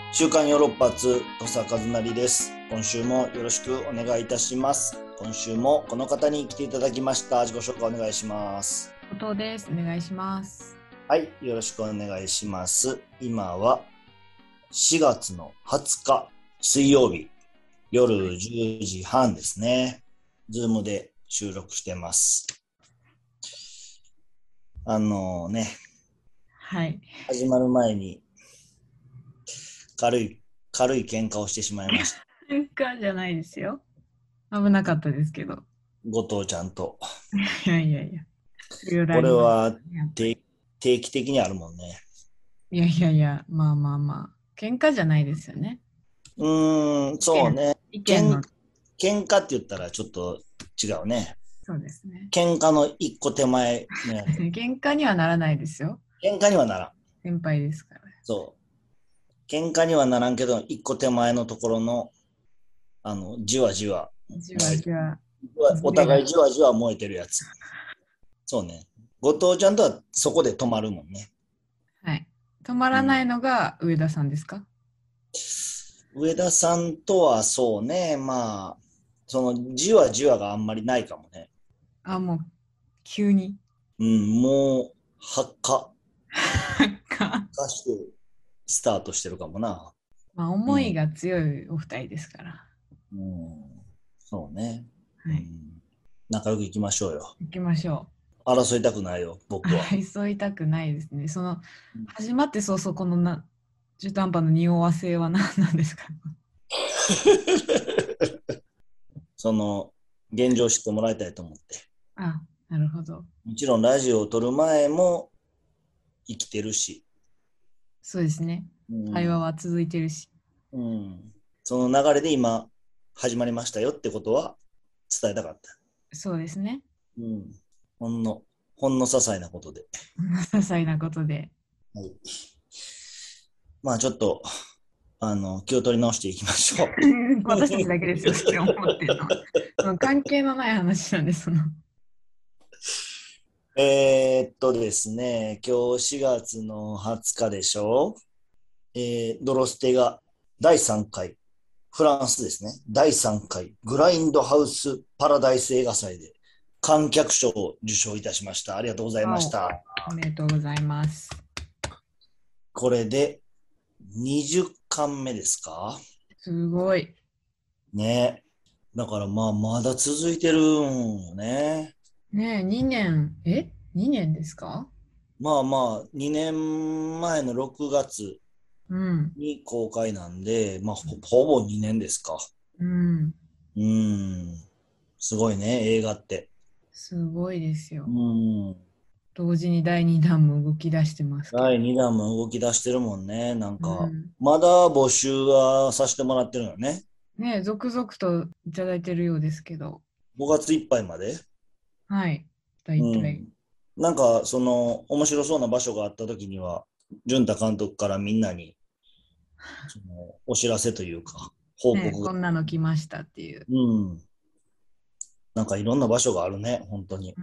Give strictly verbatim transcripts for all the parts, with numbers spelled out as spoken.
週刊ヨーロッパ通土佐和成です。今週もよろしくお願いいたします。今週もこの方に来ていただきました。自己紹介お願いします。 後藤です。お願いします。 はい、よろしくお願いします。今はしがつのはつか水曜日夜じゅうじはんですね。ズームで収録してます。あのね、 はい。 始まる前に軽い軽い喧嘩をしてしまいました。 喧嘩じゃないですよ。危なかったですけど。 後藤ちゃんと。 いやいやいや。いろいろあこりますれはね、やっぱり。 定定期的にあるもんね。 いやいやいや、まあまあまあ。喧嘩じゃないですよね。 うーん、 意見、 そうね。けん、 意見の、 喧嘩って言ったらちょっと違うね。 そうですね。 喧嘩の一個手前のやつ。 喧嘩にはならないですよ。 喧嘩にはならん。 先輩ですから。 そう。喧嘩にはならんけど、一個手前のところの、あの、じわじわじわ燃えてじわ、 おズレが。 互いじわじわ燃えてるやつ。そうね。後藤ちゃんとはそこで止まるもんね。 はい。止まらないのが上田さんですか？ うん、上田さんとはそうね。まあ、そのじわじわがあんまりないかもね。 あ、もう、急に。 うん、もう、発火。 か。 発火してスタートしてるかもな。 まあ、思いが強いお二人ですから。 うん、そうね、 はい。 うん。仲良く行きましょうよ。 行きましょ争いたくないよ、 う。 僕は。 急いたくないですね。その、 うん、 始まって早々このな中途半端な匂わせは何なんですか？ その、現状を知ってもらいたいと思って。 あ、なるほど。 もちろんラジオを撮る前も生きてるし、 そうですね。 う会話ん、 は続いてるし。 うん、その流れで今始まりましたよってことは伝えたかった。 そうですね。 うん、ほんの、ほんの些細なことで。 些細なことで。 はい、まあちょっと、あの、気を取り直していきましょう。 私たちだけですよ、それ思ってるのは。その関係のない話なんです、その。 えーっとですね、今日しがつのはつかでしょ。えードロステがだいさんかい、フランスですね、だいさんかいグラインドハウスパラダイス映画祭で観客賞を受賞いたしました。ありがとうございまし青、 た。 おめでとうございます。 これでにじゅっかんめですかすごい。 ね。だからまあまだ続いてるんよね。 ねえ、にねん、え ?に 年ですか？ まあまあにねんまえのろくがつうん。 に公開なんで、まあほ、ほぼにねんですか。 うん。 うーん。すごいね、映画って。 すごいですうよ。 ーん。 同時にだいにだんも動き出してますけど。 だいにだんも動き出してるもんね。なんか、 うん。 まだ募集はさせてもらってるのね。 ねえ、続々といただいてるようですけど。 ごがついっぱいまで。 はい。大体。 うん。なんか、その、面白そうな場所があった時には、潤太監督からみんなに、その、お知らせというか、報ねえ、 告が。 こんなの来ましたっていう。 うん。なんかいろんな場所があるね、本当に。 うん、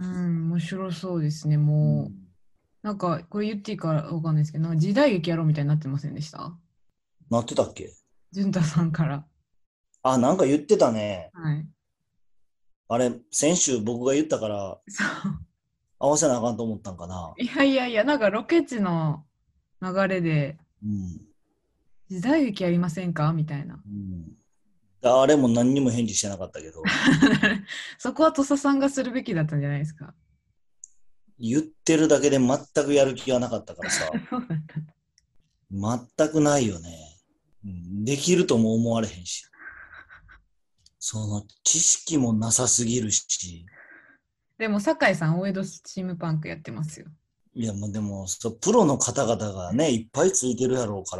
面白そうですね。もう、 うん。 なんか、これ言っていいかわかんないですけど、なんか時代劇やろうみたいになってませんでした？ なってたっけ？ 潤太さんから。 あ、なんか言ってたね。 はい。 あれ、先週僕が言ったからそう。 合わせなあかんと思ったんかな。 いやいやいや、なんかロケ地の流れで、 うん。 時代劇やりませんかみたいな。 うん。誰も何にも返事してなかったけど、 そこは土佐さんがするべきだったんじゃないですか。 言ってるだけで全くやる気がなかったからさ、 そうだった。 全くないよね。うん、できるとも思われへんし、その知識もなさすぎるし、 でも、酒井さん、大江戸チームパンクやってますよ。 いや、もうでもそう、プロの方々がね、いっぱいついてるやろうから、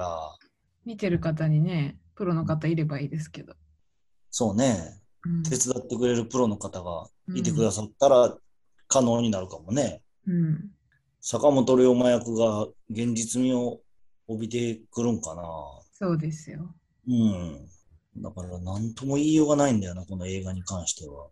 見てる方にね、プロの方いればいいですけど。 そうね、 うん。 手伝ってくれるプロの方がいてくうん。 ださったら可能になるかもね。 うん。 坂本龍馬役が現実味を帯びてくるんかな。 そうですよ。 うん。だから何とも言いようがないんだよな、この映画に関しては。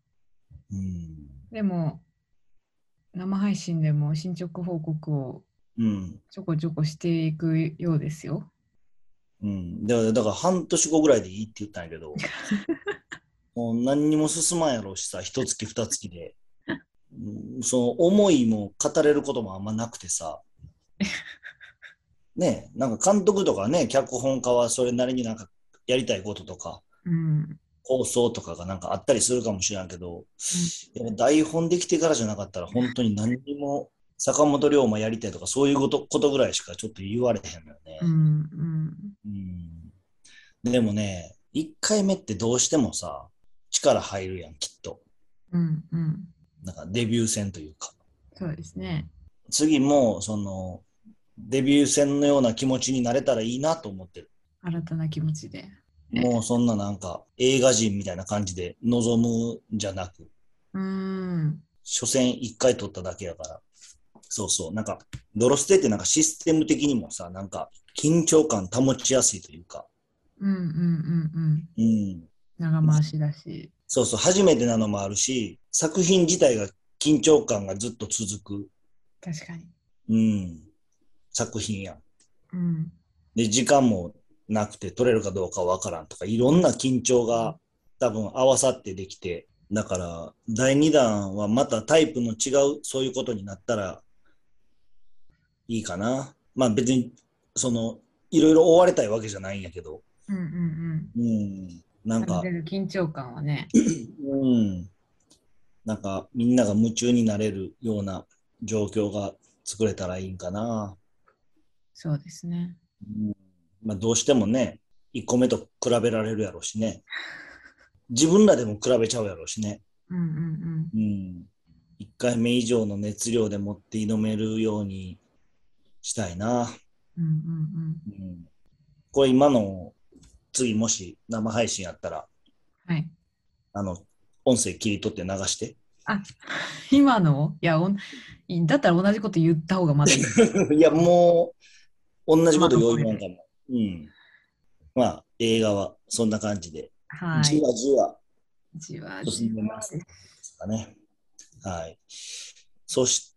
うん。 でも、生配信でも進捗報告をうん。 ちょこちょこしていくようですよ。 うん。だから、だから半年後ぐらいでいいって言ったんやけど、もう何にも進まんやろうしさ、一月二月で。うん、その思いも語れることもあんまなくてさ、ね、なんか監督とかね、脚本家はそれなりになんかやりたいこととか、 うん。 構想とかがなんかあったりするかもしれんけど、 うん。 いや台本できてからじゃなかったら本当に何にも坂本龍馬やりたいとかそういうこと、ことぐらいしかちょっと言われへんのよね。 うん。うん。 うん。でもね、いっかいめってどうしてもさ、力入るやん、きっと。 うん。うん。 なんかデビュー戦というか。 そうですね。 次も、その、デビュー戦のような気持ちになれたらいいなと思ってる。 新たな気持ちで。えもうそんななんか映画人みたいな感じで臨むんじゃなく、 うん。 初戦いっかい取っただけやから。そうそう。なんか、ドロステってなんかシステム的にもさ、なんか緊張感保ちやすいというか。 うん。うん。うん。うん。 うん。 長回しだし。 そうそう。初めてなのもあるし、作品自体が緊張感がずっと続く。 確かに。 うん。作品やん。 うん。 で、時間もなくて取れるかどうかわからんとか、いろんな緊張が多分合わさってできて、だからだいにだんはまたタイプの違うそういうことになったらいいかな。まあ別に、その、いろいろ追われたいわけじゃないんやけど、 うん。うん。うん。 うん、なんか、 ある程度緊張感はね。 うん、なんかみんなが夢中になれるような状況が作れたらいいんかな。 そうですね。 うん、まあどうしてもね、いっこめと比べられるやろうしね。自分らでも比べちゃうやろうしね。 うん。うん。 うん。いっかいめ以上の熱量でもって挑めるようにしたいな。 うん。うん。うん。 うん。これ今の次もし生配信やったら、 はい。 あの、音声切り取って流して。 あ、今のいや、おんだったら同じこと言った方がまだいい。 いや、もう、同じ生ことの声で。 よう言わんかも。うん。まあ、映画はそんな感じで、 はい。 じわじわじわじ進んでまわです。 すかね。はい。そして、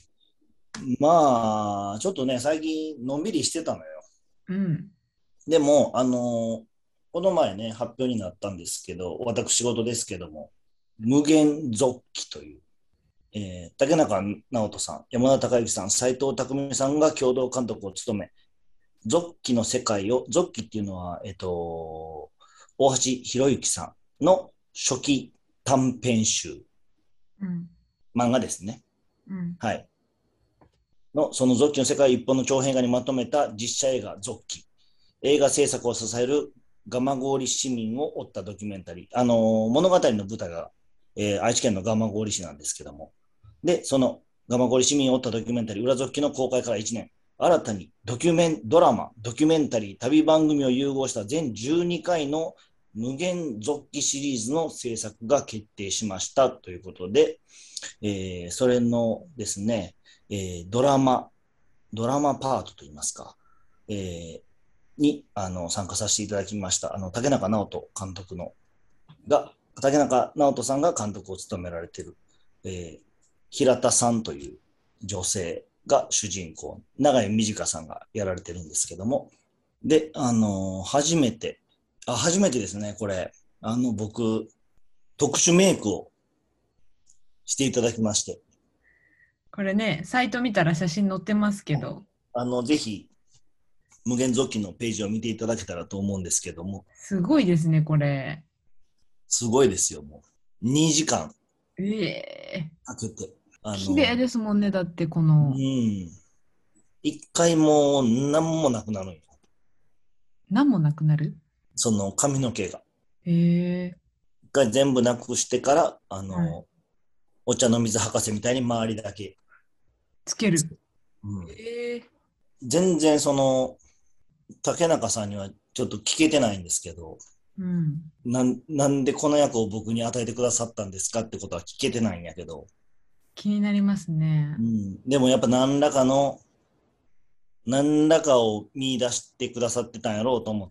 まあ、ちょっとね、最近のんびりしてたのよ。 うん。 でも、あのーこの前ね、発表になったんですけど、私事ですけども、無限続記という、えー竹中直人さん、山田孝之さん、斎藤工さんが共同監督を務め、続記の世界を、続記っていうのは、えっと、大橋博之さんの初期短編集、 うん。 漫画ですね。 うん。 はい。の、その続記の世界一本の長編映画にまとめた実写映画続記。映画制作を支える蒲郡市民を追ったドキュメンタリー。あのー物語の舞台が、えー愛知県の蒲郡市なんですけども。で、その蒲郡市民を追ったドキュメンタリー、裏続記の公開からいちねん。新たにドキュメン、ドラマ、ドキュメンタリー、旅番組を融合した全じゅうにかいの無限続記シリーズの制作が決定しましたということで、えーそれのですね、えードラマ、ドラマパートといいますか、えーにあの参加させていただきました。あの竹中直人監督のが、竹中直人さんが監督を務められている、えー平田さんという女性が主人公、永井美智香さんがやられてるんですけども、で、あのー初めて、あ、初めてですね、これ、あの、僕、特殊メイクをしていただきまして、 これね、サイト見たら写真載ってますけど、 あの、ぜひ、無限続きのページを見ていただけたらと思うんですけども、 すごいですね、これ。 すごいですよ、もう。にじかんええかけて。あ綺麗の、 ですもんね、だってこうの、 ん。一回もう何もなくなるんよ。 何もなくなる。 その髪の毛が。 ええ一回全部なくしてから、あはい。 の、お茶の水博士みたいに周りだけ。 つける。 うん、 ええ全然その、竹中さんにはちょっと聞けてないんですけど、 うん。 なん、なんでこの役を僕に与えてくださったんですかってことは聞けてないんやけど、 気になりますね。 うん、でもやっぱ何らかの何らかを見出してくださってたんやろうと思って、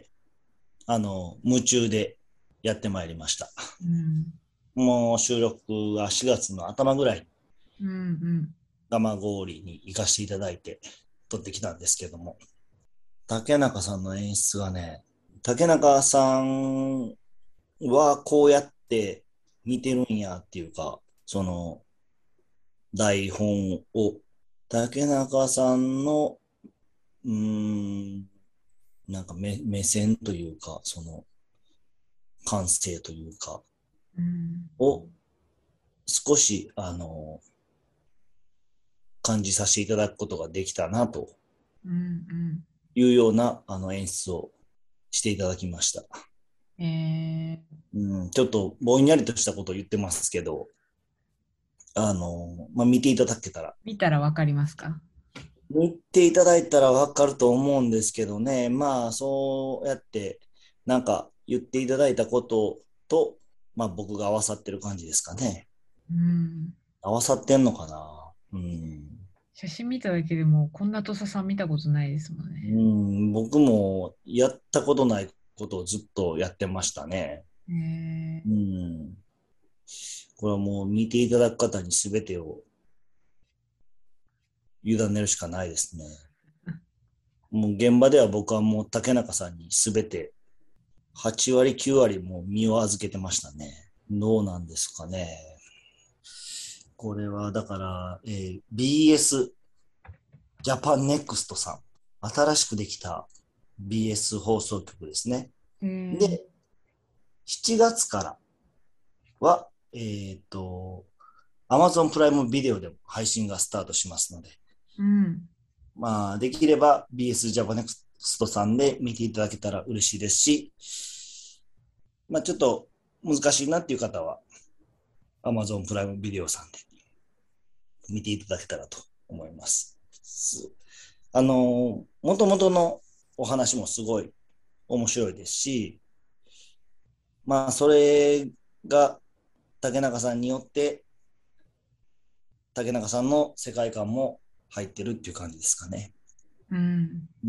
あの、夢中でやってまいりました。 うん。 もう収録はしがつの頭ぐらいうんうん。 蒲郡に行かせていただいて撮ってきたんですけども、竹中さんの演出がね、竹中さんはこうやって見てるんやっていうか、その台本を、竹中さんの、うーん、なんか目、目線というか、その感性というか、 うん。 を少し、あの、感じさせていただくことができたなとうん。 いうようなあの演出をしていただきました。 うん。えー、 うん、ちょっとぼんやりとしたことを言ってますけど、あの、まあ、見ていただけたら、 見たらわかりますか？ 見ていただいたらわかると思うんですけどね、まあ、そうやって、なんか言っていただいたことと、まあ、僕が合わさってる感じですかね。 うん。 合わさってんのかな。うん。 写真見ただけでもこんな土佐さん見たことないですもんうね。 ん、僕もやったことないことをずっとやってましたね。 えー、 うん。これはもう見ていただく方に全てを委ねるしかないですね。もう現場では僕はもう竹中さんに全てはち割、きゅう割もう身を預けてましたね。どうなんですかね。これはだから、えー ビーエス ジャパンネクストさん。新しくできた ビーエス 放送局ですね。 えー、 で、しちがつからは、えっと、Amazon プライムビデオでも配信がスタートしますので、 うん。 まあ、できれば ビーエス ジャパネクストさんで見ていただけたら嬉しいですし、まあ、ちょっと難しいなっていう方は Amazon プライムビデオさんで見ていただけたらと思います。あの、もともとのお話もすごい面白いですし、まあ、それが竹中さんによって竹中さんの世界観も入ってるっていう感じですかね。 うん。 うん。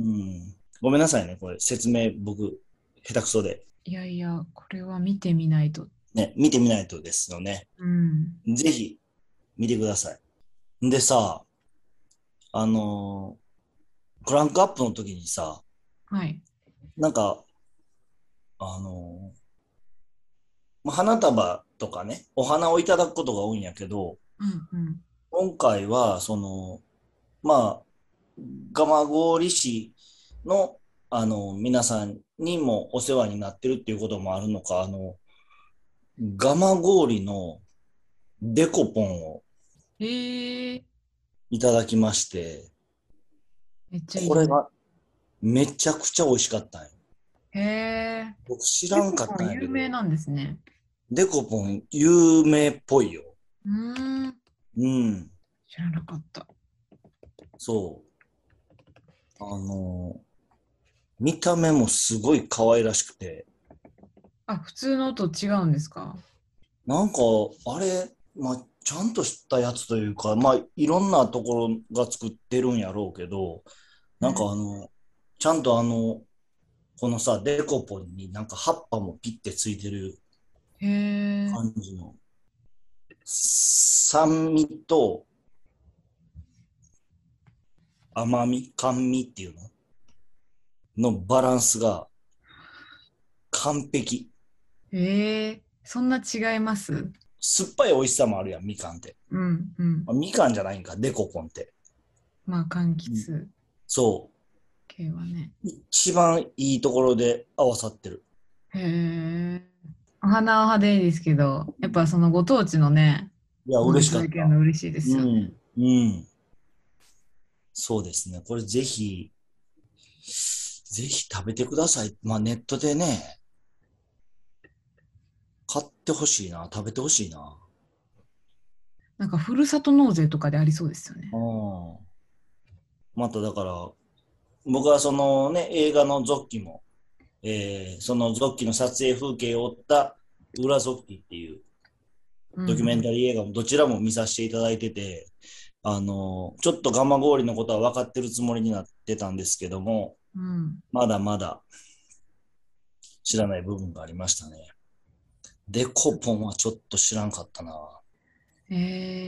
ごめんなさいね、これ説明僕下手くそで。 いやいや、これは見てみないと。 ね、見てみないとですよね。 うん。 ぜひ見てください。でさ、あのークランクアップの時にさ、 はい。 なんか、あのーまあ花束とかね、お花をいただくことが多いんやけど、 うんうん。 今回は、その、まあ、蒲郡市の、あの、皆さんにもお世話になってるっていうこともあるのか、あの、蒲郡のデコポンをえー、 いただきまして、 めっちゃいいじゃない。 これがめちゃくちゃ美味しかったんよ。 へえ。 僕知らデコんかっポン有名たんやけど、 なんですね。 デコポン有名っぽいよ。 うーん。 うん、 知らなかった。 そう。あの、見た目もすごい可愛らしくて、 あ、普通のと違うんですか？ なんか、あれ、まあ、ちゃんとしたやつというか、まあ、いろんなところが作ってるんやろうけど、なんかうん。 あの、ちゃんとあの、このさ、デコポンになんか葉っぱもピッてついてるへえ。 感じの、酸味と甘み、甘味っていうののバランスが完璧。 ええ。そんな違います？ 酸っぱい美味しさもあるやん、みかんって。 うんうん。 まあ、みかんじゃないんか、デコポンって。 まあ、柑うん、 橘そ系はね。 う。一番いいところで合わさってる。 へえ。お花は派手ですけど、やっぱそのご当地のね、 いや、 ものい嬉しかった。 ただけるの嬉しいですよね。 うん、うん。そうですね。これぜひ、ぜひ食べてください。まあネットでね、買ってほしいな、食べてほしいな。 なんかふるさと納税とかでありそうですよね。 うん。まただから、僕はそのね、映画の続記も、えーその続記の撮影風景を追った裏続記っていうドキュメンうんタリー映画もどちらも見させていただいてて、あの、ちょっと蒲郡のことは分かってるつもりになってたんですけども、 うん。 まだまだ知らない部分がありましたね。デコポンはちょっと知らんかったな。 へえ。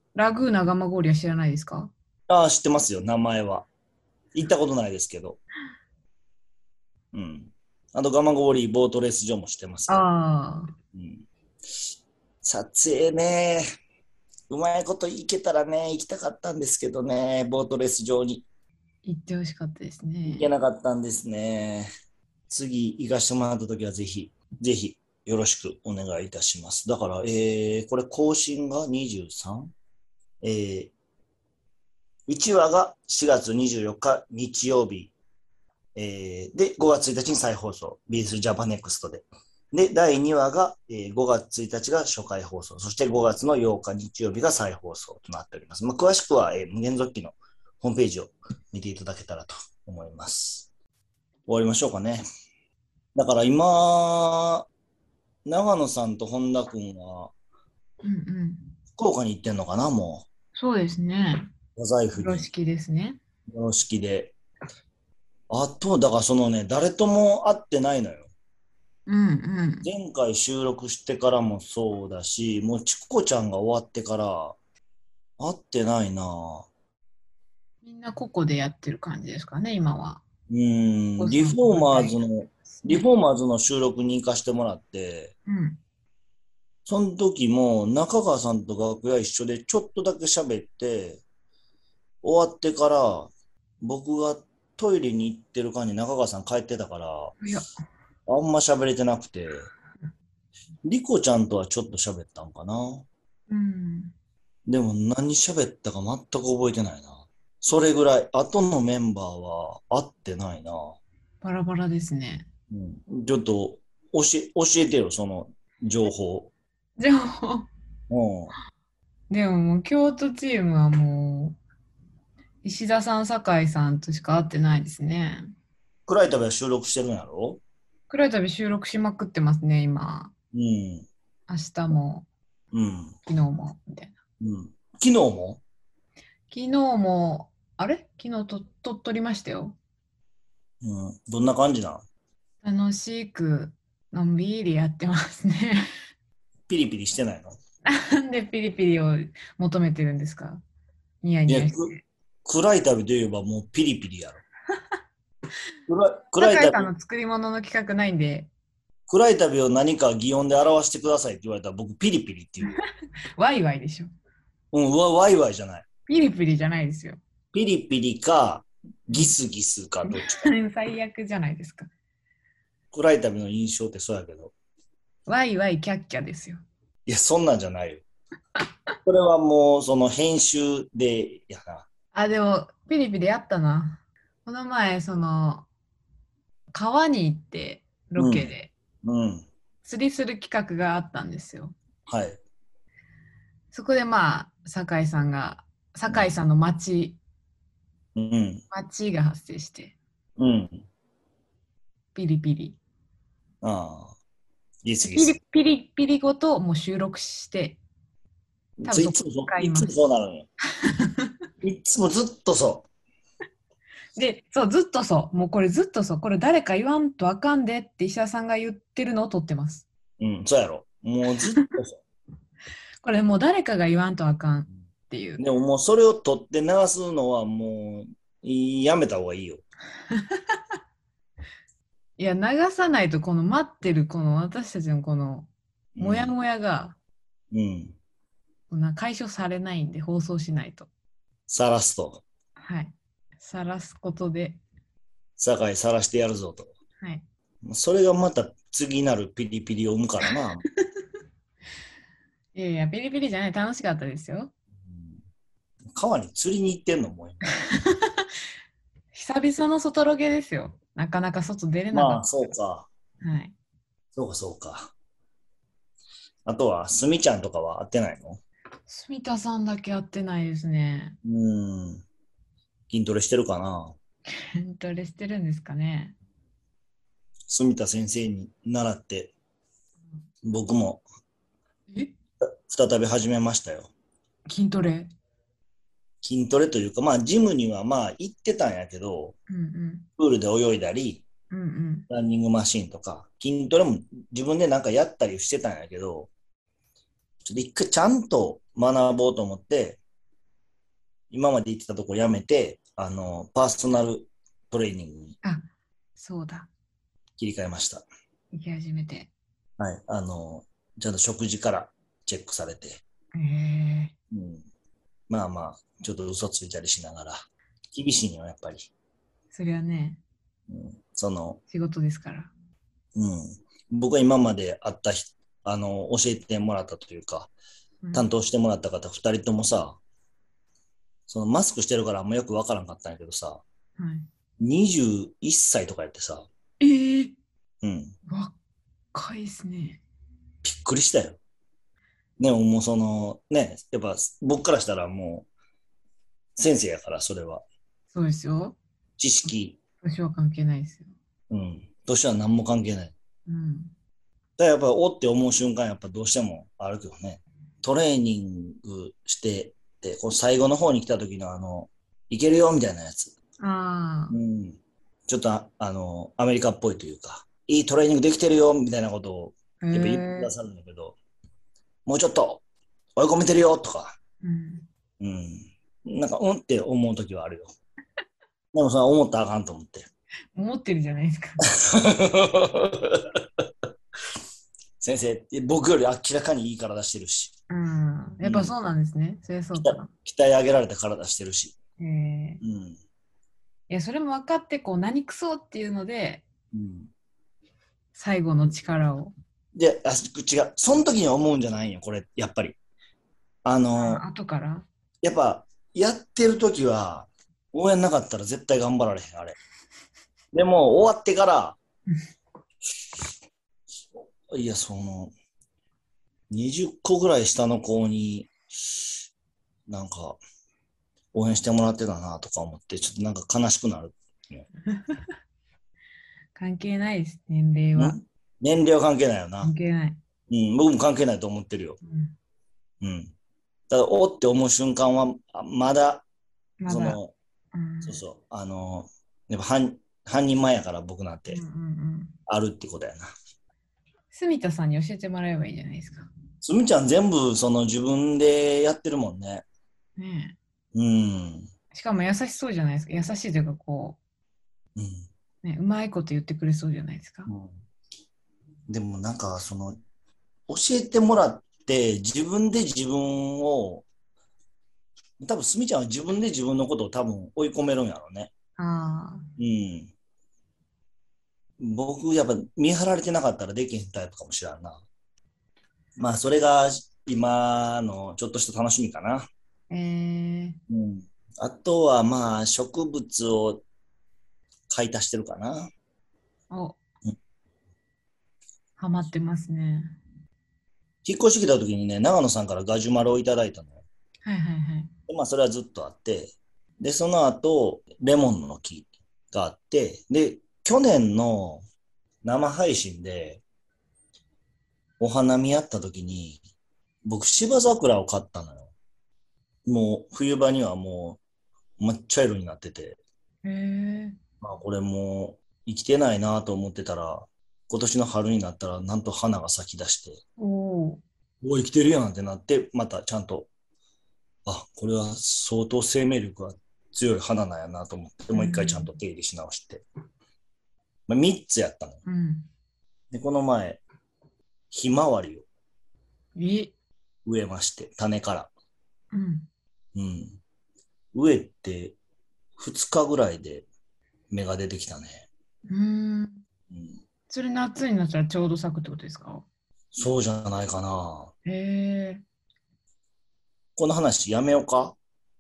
ラグーナ蒲郡は知らないですか？ ああ、知ってますよ、名前は。行ったことないですけど。うん。あと、ガマゴーリーボートレース場も知ってますよ。 ああ、 うん。撮影ね、うまいこと行けたらね、行きたかったんですけどね、ボートレース場に。 行ってほしかったですね。 行けなかったんですね。次行かしてもらった時はぜひ、ぜひよろしくお願いいたします。だから、えー、これ更新が にじゅうさん? えー、いちわがしがつにじゅうよっか日曜日、えー、で、ごがつついたちに再放送、ビーエス ジャパネクストで。で、だいにわが、えー、ごがつついたちが初回放送、そしてごがつのようか日曜日が再放送となっております。まあ、詳しくは、えー、無限続きのホームページを見ていただけたらと思います。終わりましょうかね。だから今、長野さんと本田君はうんうん。 福岡に行ってんのかな、もそうですね。 う。太宰府に。 風呂敷ですね。 洋式で。あと、だからそのね、誰とも会ってないのよ。 うんうん。 前回収録してからもそうだし、もうチコちゃんが終わってから会ってないな。 みんな個々でやってる感じですかね、今は。 うーん、リお子さんフォーマー大学ズの、 ですね。 リフォーマーズの収録に行かしてもらって、 うん。 その時も中川さんと楽屋一緒でちょっとだけ喋って、終わってから僕がトイレに行ってる間に中川さん帰ってたから、 いや、 あんま喋れてなくて、リコちゃんとはちょっと喋ったんかな。 うん。 でも何喋ったか全く覚えてないな。それぐらい、後のメンバーは会ってないな。 バラバラですね。 うん、ちょっと教え、教えてよ、その情報。 でも、 うん。 でももう京都チームはもう、石田さん、酒井さんとしか会ってないですね。 暗い旅は収録してるんやろ？ 黒い旅収録しまくってますね、今。 うん。 明日も、 うん。 昨日も、みたいな。 うん。昨日も？ 昨日も、あれ昨日と、とっとりましたよ。 うん。どんな感じなん？ 楽しく、のんびりやってますね。 ピリピリしてないの？ なんでピリピリを求めてるんですか？ニヤいや、 ニヤしく、 て。 暗い旅といえばもうピリピリやろ。暗い、暗い旅、 酒井さんの作り物の企画ないんで、 暗い旅を何か擬音で表してくださいって言われたら僕ピリピリって言うよ。 ワイワイでしょ。 うん、わ、ワイワイじゃない。 ピリピリじゃないですよ。 ピリピリか、ギスギスか、どっちか。 最悪じゃないですか。 暗い旅の印象ってそうやけど。 ワイワイキャッキャですよ。 いや、そんなんじゃないよ。それはもう、その編集で、やな。 あ、でも、ピリピリあったな。この前、その、川に行って、ロうん、 ケで、 うん。 釣りする企画があったんですよ。 はい。 そこでまあ、酒井さんが、 うん、 酒井さんの町、 うん、 町が発生して、 うん。 ピリピリ。 ああ、ギスギピリス。 ピリピリごともう収録して、多分ついそこつもそう、いつも使います。 そうなるのよ。いつもずっとそで、そう、ずっとそう。もうこれずっとそう。これ誰か言わんとあかんでって石田さんが言ってるのを撮ってます。 う。うん、そうやろ。もうずっとそこれもう誰かが言わんとあかんっていう。 う。でももうそれを取って流すのはもう、やめた方がいいよ。 いや、流さないとこの待ってるこの私たちのこのモヤうん、 モヤがうん。 こんな解消されないんで放送しないと。 さらすと。 はい。晒すことで。 酒井さらしてやるぞと。 はい。 それがまた次なるピリピリを生むからな。 いやいや、ピリピリじゃない。楽しかったですよ。 川に釣りに行ってんのもう今。 久々の外ロケですよ。なかなか外出れなかっまあ、そうか。 た。はい。 そうか、そうか。あとは、すみちゃんとかは会ってないの？ 住田さんだけ会ってないですね。 うーん。筋トレしてるかな？ どれしてるんですかね。 住田先生に習って、僕もえ再び始めましたよ。 筋トレ。 筋トレというか、まあ、ジムにはまあ行ってたんやけど、 うんうんプールで泳いだり、 うんうんランニングマシーンとか、筋トレも自分でなんかやったりしてたんやけど、ちょっと一回ちゃんと学ぼうと思って、 今まで行ってたところ辞めて、あの、パーソナルトレーニングにあ、そうだ。 切り替えました。 行き始めて。 はい。あの、ちゃんと食事からチェックされて、 へえ。 うん、まあまあ、ちょっと嘘ついたりしながら、厳しいよ、やっぱり。 それはね、 うん、その、 仕事ですから。 うん、僕は今まで会った人、あの、教えてもらったというか、 うん、 担当してもらった方ふたりともさ、そのマスクしてるからあんまよくわからんかったんやけどさ、 はい、 にじゅういっさいとかやってさ、 えー、 うん、 若いですね。 びっくりしたよ。でももうその、ね、やっぱ僕からしたらもう先生やから、それは。 そうですよ。 知識、 私は関係ないですよ。 うん、としては何も関係ない。 うん。 だからやっぱおって思う瞬間やっぱどうしてもあるけどね。トレーニングしてて、この最後の方に来た時のあの、いけるよみたいなやつ。 あうん。ちょっとあ、あの、アメリカっぽいというか、いいトレーニングできてるよみたいなことをあ、へやっぱ言ってくだえ。 さるんだけど、もうちょっと追い込めてるよとか、 うん。 うん。なんか、うんって思う時はあるよ。でもそれは思ったらあかんと思って。 思ってるじゃないですか。 先生、僕より明らかにいい体してるし、 うん。やっぱうん、 そうなんですね。そりゃそう鍛か。 鍛え上げられた体してるし、 ええ。 うん、 いや、それも分かって、こう、何くそっていうので、 うん。 最後の力を。 で、あ、違う。その時には思うんじゃないよ、これ、やっぱり。ああ、 の、 後から。 やっぱ、やってる時は、応援なかったら絶対頑張られへん、あれ。でも、終わってから、いや、その、にじゅっこぐらい下の子に、なんか、応援してもらってたなとか思って、ちょっとなんか悲しくなる。 関係ないです、年齢は。 ん年齢は関係ないよな。 関係ない。 うん、僕も関係ないと思ってるよ。 うん、 うん。ただ、おって思う瞬間は、あまだ、 まだ。 その、 うん。 そうそう、あの、やっぱ半、半人前やから僕なんてうんうんうん。 あるってことやな。 住田さんに教えてもらえばいいじゃないですか。 すみちゃん全部その自分でやってるもんね。 ねうん。 え。しかも優しそうじゃないですか。優しいというか、こうん。 う、ね、うまいこと言ってくれそうじゃないですか。 うん、でもなんかその教えてもらって自分で自分を多分すみちゃんは自分で自分のことを多分追い込めるんやろうね。 ああ、 うん。僕やっぱ見張られてなかったらできへんタイプかもしれんな。まあそれが今のちょっとした楽しみかな。 えー、 うん。あとはまあ植物を買い足してるかな。 お、 うん、 ハマってますね。 引っ越してきた時にね、長野さんからガジュマルをいただいたのよ。 はいはいはい。 でまあそれはずっとあって、で、その後、レモンの木があって、で、去年の生配信でお花見やった時に、僕芝桜を買ったのよ。もう冬場にはもう抹茶色になってて、 えー、 まあこれもう生きてないなと思ってたら、今年の春になったらなんと花が咲き出して、 おー、 お生きてるやんってなって、またちゃんと、あ、これは相当生命力が強い花なんやなと思って、 うもう一回ちゃんん、 と手入れし直して、まあ、みっつやったの。 うん。 で、この前、ひまわりをえ、 植えまして、種から。 うん。 うん。植えてふつかぐらいで芽が出てきたね。 うーん。 うん、 それ夏になったらちょうど咲くってことですか？ そうじゃないかな。 へえ。 この話やめようか。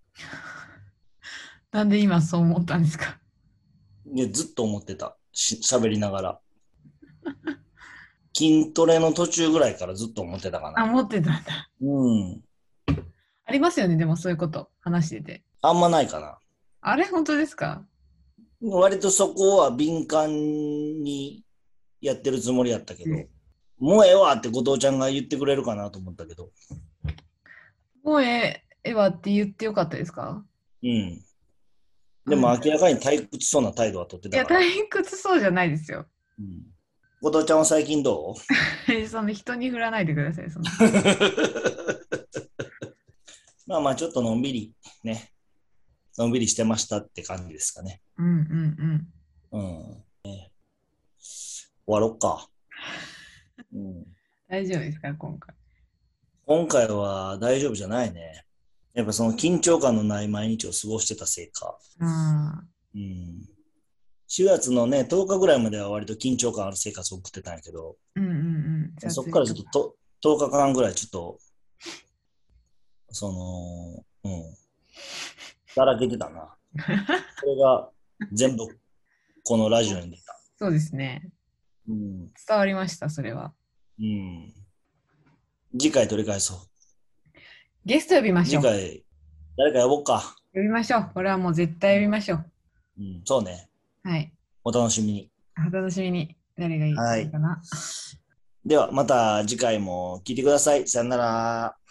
なんで今そう思ったんですか？ いやずっと思ってた。し、喋りながら。筋トレの途中ぐらいからずっと思ってたかあ、 な。 思ってたんだ。 うん。 ありますよね、でもそういうこと、話してて。 あんまないかな。 あれ、本当ですか？ 割とそこは敏感にやってるつもりやったけど、 うん。 もうええわって後藤ちゃんが言ってくれるかなと思ったけど、 もうええ、えわって言ってよかったですか？ うん。であ、 も明らかに退屈そうな態度は取っていや、 たから、 退屈そうじゃないですよ。 うん。後藤ちゃんは最近どう？ その人に振らないでください、その。 まあまあちょっとのんびりね。 のんびりしてましたって感じですかね。 うんうんうん。 うん。ね、終わろっか。うん、 大丈夫ですか、今回。 今回は大丈夫じゃないね。やっぱその緊張感のない毎日を過ごしてたせいか。 ああ、 うん。しがつのね、とおかぐらいまでは割と緊張感ある生活を送ってたんやけど、 うんうんうん。撮そこからちょっと影とか。 ととおかかんぐらいちょっと、その、うん、だらけてたな。それが全部このラジオに出た。 そうですね。 うん。 伝わりました、それは。 うん。次回取り返そう。 ゲスト呼びましょう。 次回、誰か呼ぼうか。 呼びましょう。これはもう絶対呼びましょう。 うん、そうね。 はい。 お楽しみに。 お楽しみに。誰がいはい。 いかな。 では、また次回も聞いてください。さよなら。